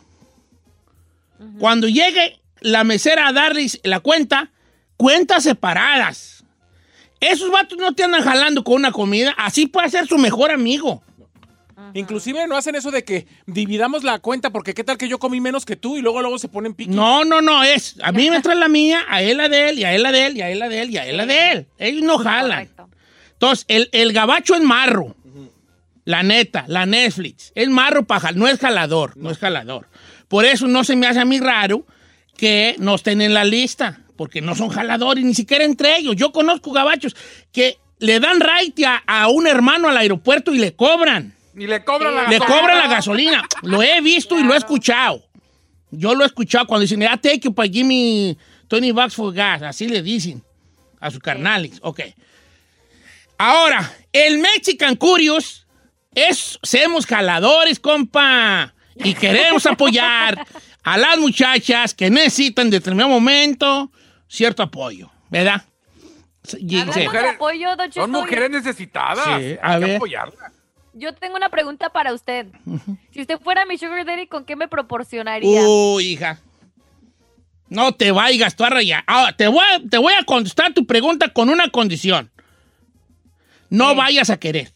Uh-huh. Cuando llegue la mesera a darles la cuenta, cuentas separadas. Esos vatos no te andan jalando con una comida, así puede ser su mejor amigo. Uh-huh. Inclusive no hacen eso de que dividamos la cuenta porque qué tal que yo comí menos que tú y luego luego se ponen piqui. No, no, no, es, a mí me trae la mía, a él la de él, y a él la de él, y a él la de él, y a él la de él. Ellos no jalan. Entonces, el, el gabacho es marro. La neta, la Netflix. Es marro para jalar, no es jalador, no. no es jalador. Por eso no se me hace a mí raro que no estén en la lista, porque no son jaladores, ni siquiera entre ellos. Yo conozco gabachos que le dan ride a, a un hermano al aeropuerto y le cobran. Y le cobran la Le gasolina. cobran la gasolina. Lo he visto y lo he escuchado. Yo lo he escuchado cuando dicen, I take you, give me twenty bucks for gas. Así le dicen a sus carnales. Ok. Ahora, el Mexican Curious es, somos jaladores, compa. Y queremos apoyar a las muchachas que necesitan en determinado momento cierto apoyo, ¿verdad? Y- Hablando sí. de apoyo, Don Cheto, Son mujeres necesitadas. Sí, a Hay que ver. apoyarlas. yo tengo una pregunta para usted. Si usted fuera mi sugar daddy, ¿con qué me proporcionaría? Uy, hija. No te vayas tú a rayar. Ahora, te voy a, te voy a contestar tu pregunta con una condición. No vayas a querer.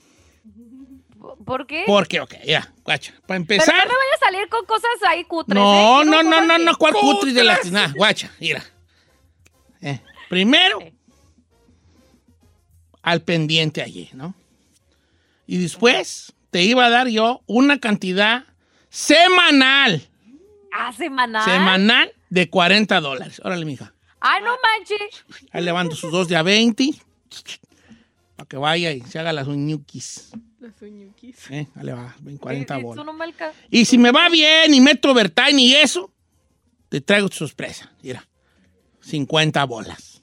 ¿Por qué? Porque, ok, ya, guacha. Para Pero empezar. no me vaya a salir con cosas ahí cutres. No, ¿eh? no, Quiero no, no, cosas no, que- ¿cuál cutris de la nada, guacha, mira. Eh, primero, al pendiente allí, ¿no? Y después te iba a dar yo una cantidad semanal, Ah, semanal. semanal de cuarenta dólares. Órale, mija. Ay, no manches. Ahí levanto sus dos de a veinte para que vaya y se haga las uñuquis. Las uñuquis. Eh, ahí le va, cuarenta Y- y bolas. tú no me alca- Y si me va bien y meto overtime y eso, te traigo tu sorpresa. Mira, cincuenta bolas.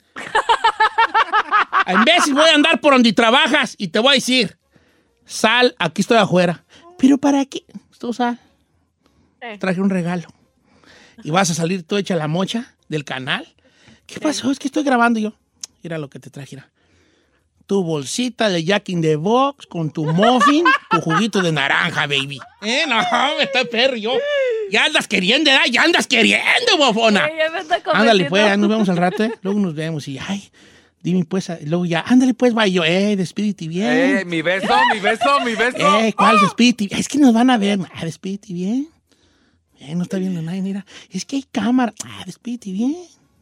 En vez voy a andar por donde trabajas y te voy a decir, sal, aquí estoy afuera. ¿Pero para qué? Tú sal. Traje un regalo. Y vas a salir tú hecha la mocha del canal. ¿Qué pasó? Es que estoy grabando yo. Mira lo que te traje, mira. Tu bolsita de Jack in the Box con tu muffin, tu juguito de naranja, baby. Eh, no, me estoy perro yo. Ya andas queriendo, ¿verdad? Ya andas queriendo, bofona. Ay, ya me está convenciendo. Ándale, pues, ya nos vemos al rato, ¿eh? Luego nos vemos y, ay, dime, pues, y luego ya, ándale, pues, va y yo, eh, despídete bien. Eh, mi beso, mi beso, mi beso. Eh, ¿cuál despídete? Es que nos van a ver. Ah, despídete bien. Eh, no está viendo nadie, mira. Es que hay cámara. Ah, despídete bien.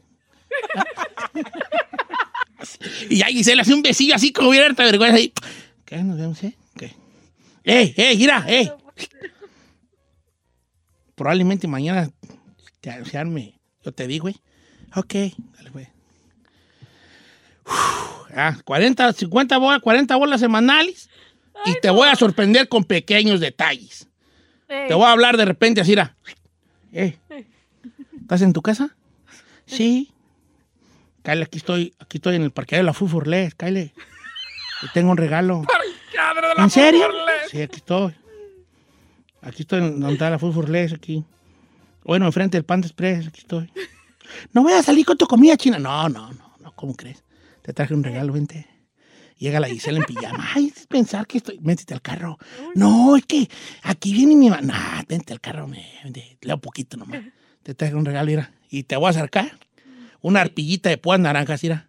Y ya Gisela hace un besillo así como hubiera harta vergüenza. Ahí. ¿Qué? Nos vemos, ¿eh? ¿Qué? ¡Ey, ey, mira, ey! Probablemente mañana te, se arme. Yo te digo, ¿eh? Ok, dale, pues. Uf, ah, cuarenta, cincuenta bolas, cuarenta bolas semanales. Y te voy a sorprender con pequeños detalles. Ey. Te voy a hablar de repente así, mira. Eh, ¿estás en tu casa? Sí. Kyle, aquí estoy, aquí estoy en el parqueadero de la Fufurles, Kyle. Te tengo un regalo. ¿En serio? Sí, aquí estoy. Aquí estoy en donde está la Fufurles, aquí. Bueno, enfrente del Panda Express, aquí estoy. No voy a salir con tu comida china. No, no, no, no, ¿cómo crees? Te traje un regalo, vente. Llega la Gisela en pijama. Ay, es pensar que estoy... Métete al carro. No, es que aquí viene mi mamá. Nah, vente al carro, me... vente, leo poquito nomás. Te traje un regalo, mira. Y te voy a acercar una arpillita de púas naranjas, mira.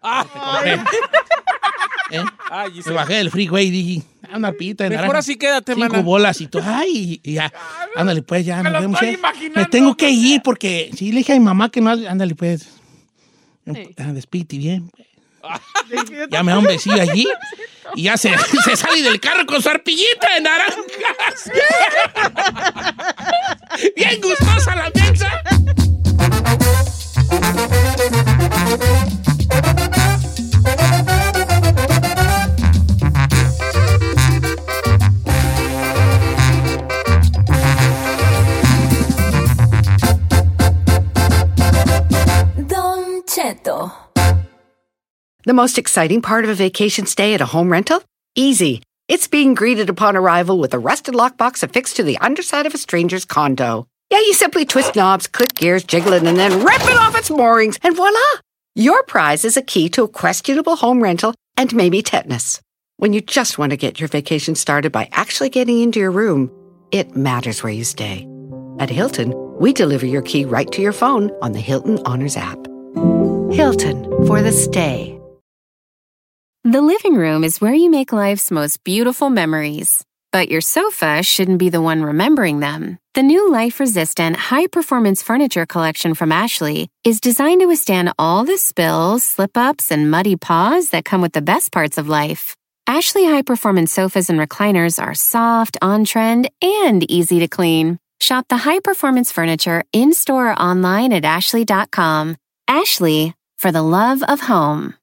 ¿Eh? Ay, Me bajé del freeway y dije, ah, una arpillita de Mejor naranja. así quédate, Cinco mana. bolas y todo. Ay, y ya. Ándale, pues, ya Me nos lo vemos. estoy ¿eh? imaginando. Me tengo que ir porque... Sí, le dije a mi mamá que no... Ándale, pues. Ah, despídete bien. Ya me da un besillo allí y ya se, se sale del carro con su arpillita de naranjas. Bien gustosa la mensa. Don Cheto. The most exciting part of a vacation stay at a home rental? Easy. It's being greeted upon arrival with a rusted lockbox affixed to the underside of a stranger's condo. Yeah, you simply twist knobs, click gears, jiggle it, and then rip it off its moorings, and voila! Your prize is a key to a questionable home rental and maybe tetanus. When you just want to get your vacation started by actually getting into your room, it matters where you stay. At Hilton, we deliver your key right to your phone on the Hilton Honors app. Hilton for the stay. The living room is where you make life's most beautiful memories. But your sofa shouldn't be the one remembering them. The new life-resistant, high-performance furniture collection from Ashley is designed to withstand all the spills, slip-ups, and muddy paws that come with the best parts of life. Ashley high-performance sofas and recliners are soft, on-trend, and easy to clean. Shop the high-performance furniture in-store or online at ashley dot com. Ashley, for the love of home.